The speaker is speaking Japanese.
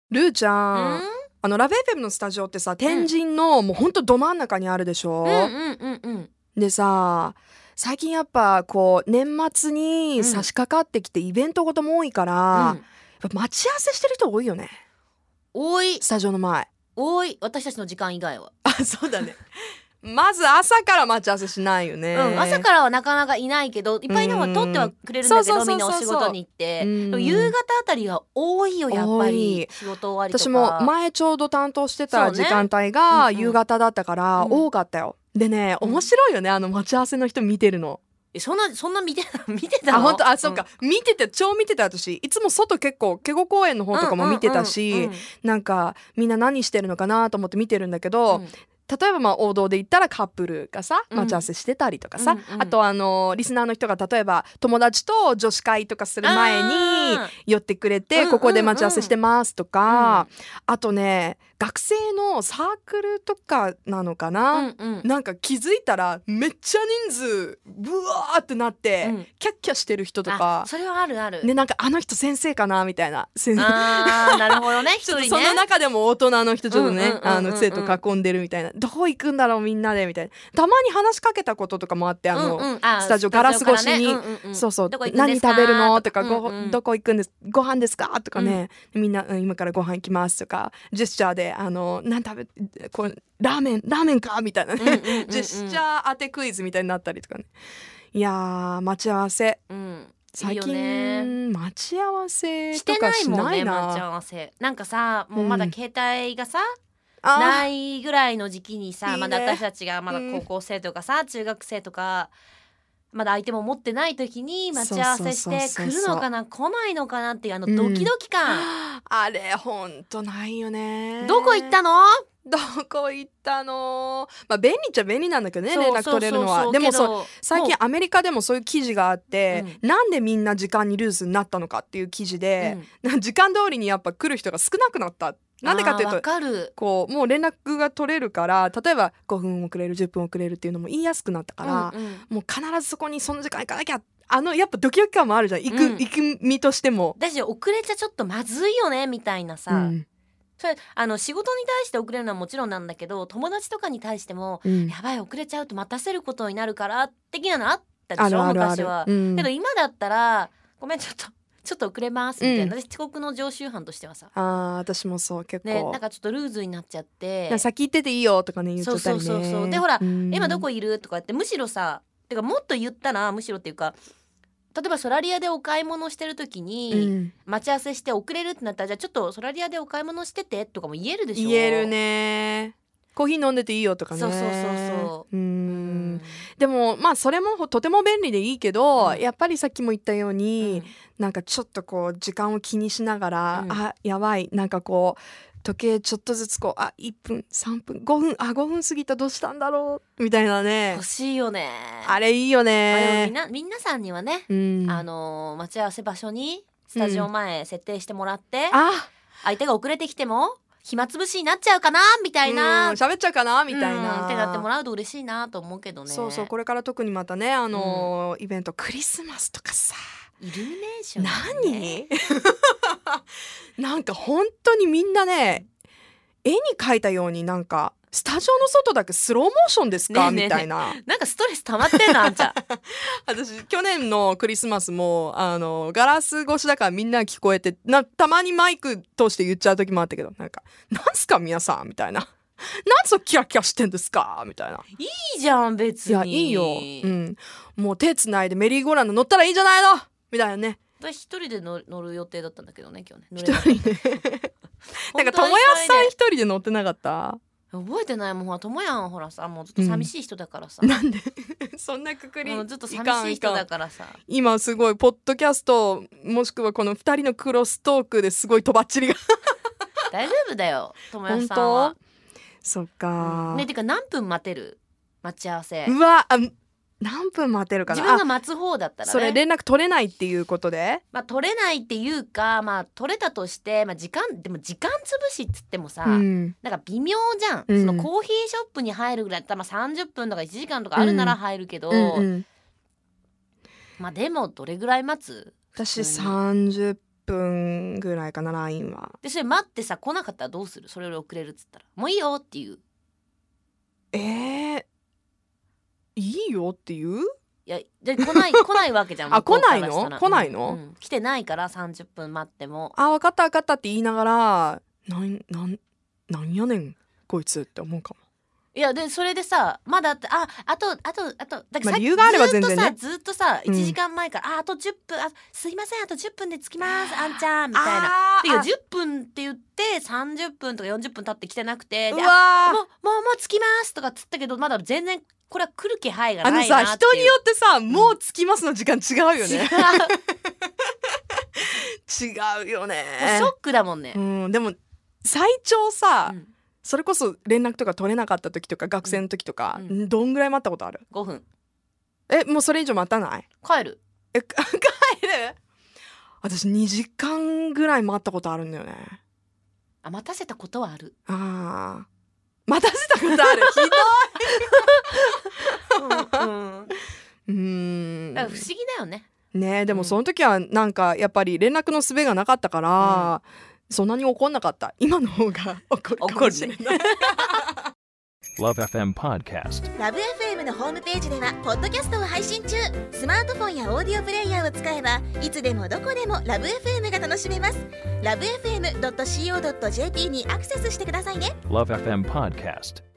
ルーちゃん、ラブ FM のスタジオってさ、天神のもうほんとど真ん中にあるでしょ、でさ、最近やっぱこう年末に差し掛かってきてイベントごとも多いから、やっぱ待ち合わせしてる人多いよね。 多い。 スタジオの前多い。私たちの時間以外は。 あ、そうだねまず朝から待ち合わせしないよね、 朝からはなかなかいないけど、いっぱいのは取ってはくれるんだけど、みんなお仕事に行って、夕方あたりは多いよ、やっぱり。仕事終わりとか。 私も前ちょうど担当してた時間帯が夕方だったから多かったよ。でね、面白いよね、待ち合わせの人見てるの。 そんな見てたの？ あ、本当？あ、そうか、超見てた。私いつも外結構警固公園の方とかも見てたし、なんかみんな何してるのかなと思って見てるんだけど、例えば王道で言ったらカップルがさ待ち合わせしてたりとかさ、あとリスナーの人が例えば友達と女子会とかする前に寄ってくれて、ここで待ち合わせしてますとか、あとね、学生のサークルとかなのかな、なんか気づいたらめっちゃ人数ブワーってなって、キャッキャしてる人とか。 それはあるあるね、なんかあの人先生かなみたいな。 なるほどねちょっとその中でも大人の人ちょっとね、生徒囲んでるみたいな、どこ行くんだろうみんなでみたいな。たまに話しかけたこととかもあって、スタジオガラス越しに、そうそう、何食べるのとか、どこ行くんです、ご飯ですかとかね、みんな、今からご飯行きますとか、ジェスチャーで何食べ、これラーメンかみたいなね、ジェスチャー当てクイズみたいになったりとかね。いやー、待ち合わせ、最近待ち合わせとかしないな。してないもんね、 待ち合わせ。なんかさ、もうまだ携帯がさ、ないぐらいの時期にさ、まだ私たちがまだ高校生とかさ、中学生とかまだ相手も持ってない時に待ち合わせして来るのかな来ないのかなっていうドキドキ感、 あれほんとないよね。 どこ行ったの？ どこ行ったの？まあ便利っちゃ便利なんだけどね、連絡取れるのは。でも最近アメリカでもそういう記事があって、なんでみんな時間にルーズになったのかっていう記事で、時間通りにやっぱ来る人が少なくなった。なんでかっていうと、こうもう連絡が取れるから、例えば5分遅れる10分遅れるっていうのも言いやすくなったから、もう必ずそこにその時間行かなきゃ、やっぱドキドキ感もあるじゃん、行く身としても。 だし遅れちゃちょっとまずいよねみたいなさ、それ仕事に対して遅れるのはもちろんなんだけど、友達とかに対しても、やばい遅れちゃうと待たせることになるから的なのあったでしょ、昔は。けど今だったらごめんちょっと遅れますみたいな、私遅刻の常習犯としてはさ、 私もそう結構、 ね、なんかちょっとルーズになっちゃって、 先行ってていいよとかね言っちゃったりね。 そうでほら、今どこいるとかって、むしろさ、てかもっと言ったら、むしろっていうか、例えばソラリアでお買い物してる時に、待ち合わせして遅れるってなったら、じゃあちょっとソラリアでお買い物しててとかも言えるでしょ。 言えるね。コーヒー飲んでていいよとかね。 そうでもまあそれもとても便利でいいけど、やっぱりさっきも言ったように、なんかちょっとこう時間を気にしながら、あやばい、なんかこう時計ちょっとずつこう、1分3分5分5分過ぎた、どうしたんだろうみたいなね。 欲しいよね。 あれいいよね。 皆さんにはね、待ち合わせ場所にスタジオ前設定してもらって、相手が遅れてきても暇つぶしになっちゃうかなみたいな、 喋っちゃうかなみたいな、 ってなってもらうと嬉しいなと思うけどね。 そうこれから特にまたね、イベントクリスマスとかさ、 イルミネーション、ね、 なんか本当にみんなね、絵に描いたように、なんかスタジオの外だけスローモーションですか、みたいな。 なんかストレス溜まってんのあんちゃん私去年のクリスマスもガラス越しだからみんな聞こえて、たまにマイク通して言っちゃう時もあったけど、なんかなんすか皆さんみたいな、なんそキラキラしてんですかみたいな。 いいじゃん別に。 いやいいよ、もう手つないでメリーゴーランド乗ったらいいんじゃないのみたいなね。 私一人で乗る予定だったんだけどね、今日ね。 一人でなんか友也さん一人で乗ってなかった？ 覚えてないもん。ほら友也ほらさ、もうずっと寂しい人だからさ、 なんでそんなくくり、 もうずっと寂しい人だからさ。 今すごいポッドキャストもしくはこの2人のクロストークですごいとばっちりが大丈夫だよ友也さんは。 そっか、 ね。てか何分待てる待ち合わせ。 うわ、何分待てるかな。 自分が待つ方だったらね。 それ連絡取れないっていうことで、 取れないっていうか、取れたとして、時間潰しっつってもさ、なんか微妙じゃん、そのコーヒーショップに入るぐらいだったら、30分とか1時間とかあるなら入るけど、でもどれぐらい待つ？ 私30 分ぐらいかな LINE は。 でそれ待ってさ来なかったらどうする？それより遅れるっつったらもういいよっていう。 いいよっていう？ いやで来ないわけじゃん。 あ、来ないの？来ないの、 来てないから30分待っても、 分かった分かったって言いながらなんやねんこいつって思うかも。 いやでそれでさまだあとだから理由があれば全然ね。 ずっとさ1時間前から、あと10分すいませんあと10分で着きますあんちゃんみたいな。いや10分って言って30分とか40分経って来てなくて、でもう着きますとかつったけどまだ全然これは来る気配がないなっていう。 人によってさ、もう着きますの時間違うよね。違うよね。 ショックだもんね。 でも最長さ、それこそ連絡とか取れなかった時とか学生の時とか、どんぐらい待ったことある ？5分。 もうそれ以上待たない？ 帰る。 帰る？私2時間ぐらい待ったことあるんだよね。 待たせたことはある。 待たせたことある。ひどい。 だから不思議だよね。 でもその時はなんかやっぱり連絡の術がなかったから、そんなに怒んなかった。今の方が怒るかもしれない。 LoveFM Podcast。LoveFM のホームページではポッドキャストを配信中。スマートフォンやオーディオプレイヤーを使えばいつでもどこでも LoveFM が楽しめます。 LoveFM.co.jp にアクセスしてくださいね。 LoveFM Podcast